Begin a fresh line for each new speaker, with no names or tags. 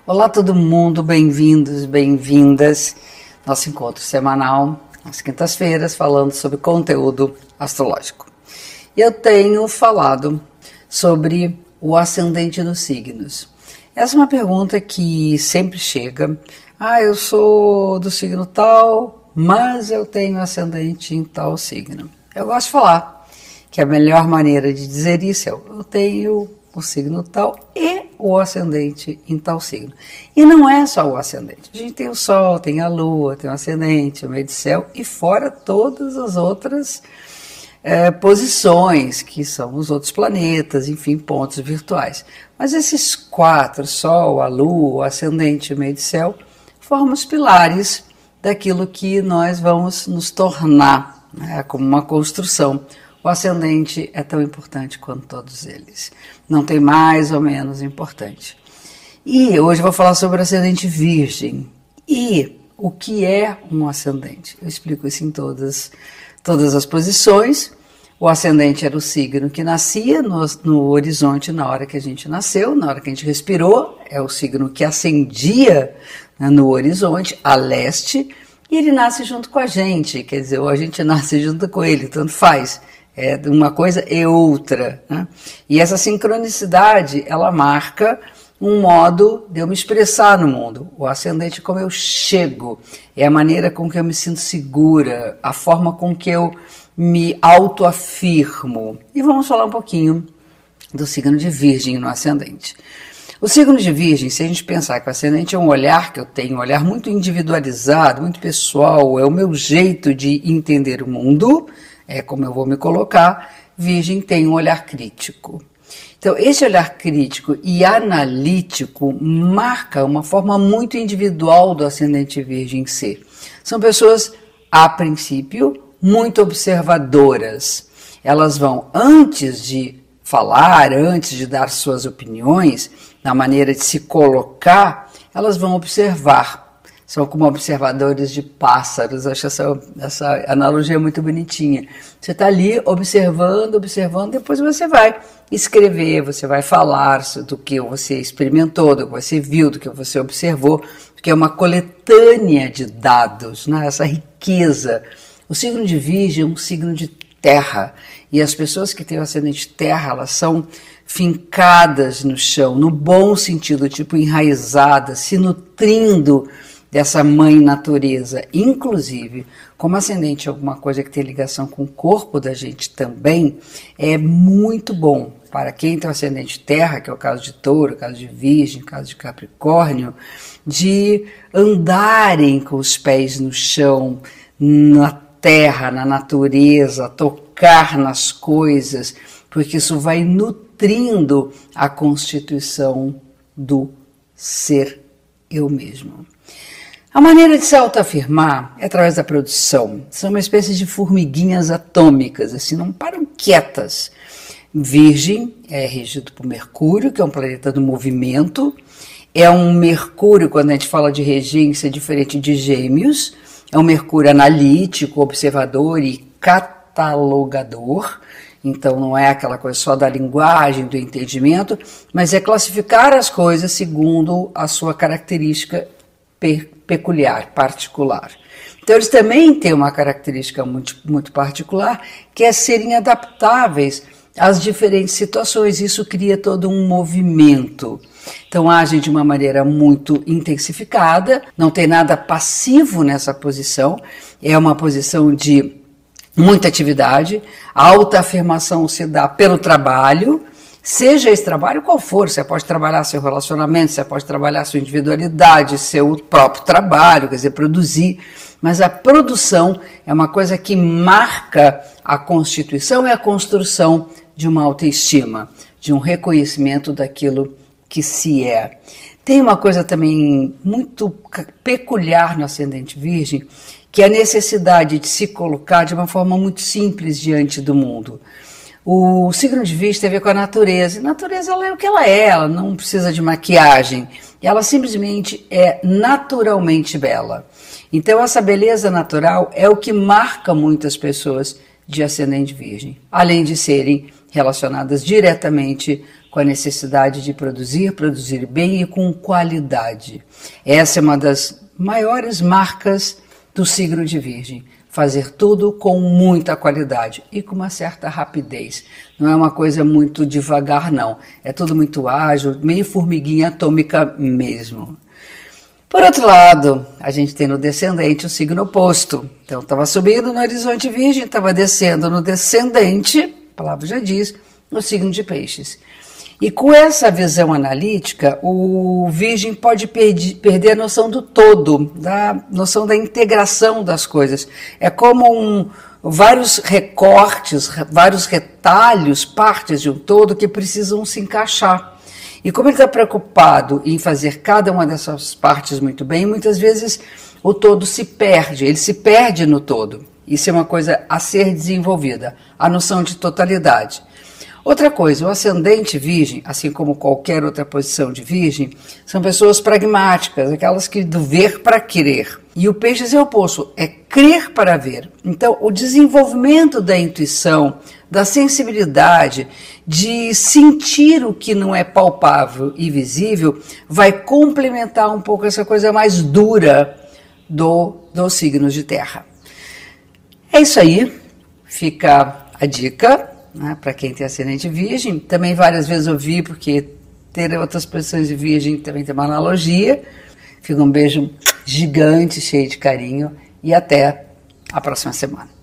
Olá todo mundo, bem-vindos, bem-vindas. Nosso encontro semanal, às quintas-feiras, falando sobre conteúdo astrológico. Eu tenho falado sobre o ascendente dos signos. Essa é uma pergunta que sempre chega. Eu sou do signo tal, mas eu tenho ascendente em tal signo. Eu gosto de falar que a melhor maneira de dizer isso é eu tenho o signo tal e o ascendente em tal signo. E não é só o ascendente. A gente tem o Sol, tem a Lua, tem o ascendente, o meio do céu e fora todas as outras posições, que são os outros planetas, enfim, pontos virtuais. Mas esses quatro, Sol, a Lua, o ascendente e o meio do céu, formam os pilares daquilo que nós vamos nos tornar, né, como uma construção. O ascendente é tão importante quanto todos eles. Não tem mais ou menos importante. E hoje eu vou falar sobre o ascendente virgem. E o que é um ascendente? Eu explico isso em todas as posições. O ascendente era o signo que nascia no horizonte na hora que a gente nasceu, na hora que a gente respirou. É o signo que ascendia, né, no horizonte, a leste. E ele nasce junto com a gente, quer dizer, ou a gente nasce junto com ele, tanto faz. É uma coisa e outra, né? E essa sincronicidade, ela marca um modo de eu me expressar no mundo. O ascendente é como eu chego, é a maneira com que eu me sinto segura, a forma com que eu me autoafirmo. E vamos falar um pouquinho do signo de Virgem no ascendente. O signo de Virgem, se a gente pensar que o ascendente é um olhar que eu tenho, um olhar muito individualizado, muito pessoal, é o meu jeito de entender o mundo, é como eu vou me colocar. Virgem tem um olhar crítico. Então, esse olhar crítico e analítico marca uma forma muito individual do ascendente Virgem ser. São pessoas, a princípio, muito observadoras. Elas vão, antes de falar, antes de dar suas opiniões, na maneira de se colocar, elas vão observar. São como observadores de pássaros. Acho essa analogia muito bonitinha. Você está ali observando, depois você vai escrever, você vai falar do que você experimentou, do que você viu, do que você observou, porque é uma coletânea de dados, né? Essa riqueza. O signo de Virgem é um signo de terra, e as pessoas que têm o ascendente terra, elas são fincadas no chão, no bom sentido, tipo enraizadas, se nutrindo dessa mãe natureza. Inclusive, como ascendente é alguma coisa que tem ligação com o corpo da gente também, é muito bom para quem tem o ascendente terra, que é o caso de Touro, o caso de Virgem, o caso de Capricórnio, de andarem com os pés no chão, na terra, na natureza, tocar nas coisas, porque isso vai nutrindo a constituição do ser eu mesmo. A maneira de se autoafirmar é através da produção. São uma espécie de formiguinhas atômicas, assim, não param quietas. Virgem é regido por Mercúrio, que é um planeta do movimento. É um Mercúrio, quando a gente fala de regência, diferente de Gêmeos. É um Mercúrio analítico, observador e catalogador. Então não é aquela coisa só da linguagem, do entendimento, mas é classificar as coisas segundo a sua característica peculiar, particular. Então eles também têm uma característica muito particular, que é serem adaptáveis às diferentes situações. Isso cria todo um movimento. Então agem de uma maneira muito intensificada, não tem nada passivo nessa posição, é uma posição de muita atividade. A autoafirmação se dá pelo trabalho, seja esse trabalho qual for. Você pode trabalhar seu relacionamento, você pode trabalhar sua individualidade, seu próprio trabalho, quer dizer, produzir. Mas a produção é uma coisa que marca a constituição e a construção de uma autoestima, de um reconhecimento daquilo que se é. Tem uma coisa também muito peculiar no ascendente Virgem, que é a necessidade de se colocar de uma forma muito simples diante do mundo. O signo de Virgem tem a ver com a natureza. A natureza, ela é o que ela não precisa de maquiagem. Ela simplesmente é naturalmente bela. Então essa beleza natural é o que marca muitas pessoas de ascendente Virgem, além de serem relacionadas diretamente com a necessidade de produzir bem e com qualidade. Essa é uma das maiores marcas do signo de Virgem. Fazer tudo com muita qualidade e com uma certa rapidez. Não é uma coisa muito devagar, não. É tudo muito ágil, meio formiguinha atômica mesmo. Por outro lado, a gente tem no descendente o signo oposto. Então, estava subindo no horizonte Virgem, estava descendo no descendente, a palavra já diz, no signo de Peixes. E com essa visão analítica, o Virgem pode perder a noção do todo, da noção da integração das coisas. É como vários recortes, vários retalhos, partes de um todo que precisam se encaixar. E como ele está preocupado em fazer cada uma dessas partes muito bem, muitas vezes o todo se perde, ele se perde no todo. Isso é uma coisa a ser desenvolvida, a noção de totalidade. Outra coisa, o ascendente Virgem, assim como qualquer outra posição de Virgem, são pessoas pragmáticas, aquelas que do ver para querer. E o Peixes é o oposto, é crer para ver. Então, o desenvolvimento da intuição, da sensibilidade, de sentir o que não é palpável e visível, vai complementar um pouco essa coisa mais dura dos signos de terra. É isso aí, fica a dica. Para quem tem ascendente Virgem, também várias vezes ouvi, porque ter outras posições de Virgem também tem uma analogia. Fica um beijo gigante, cheio de carinho, e até a próxima semana.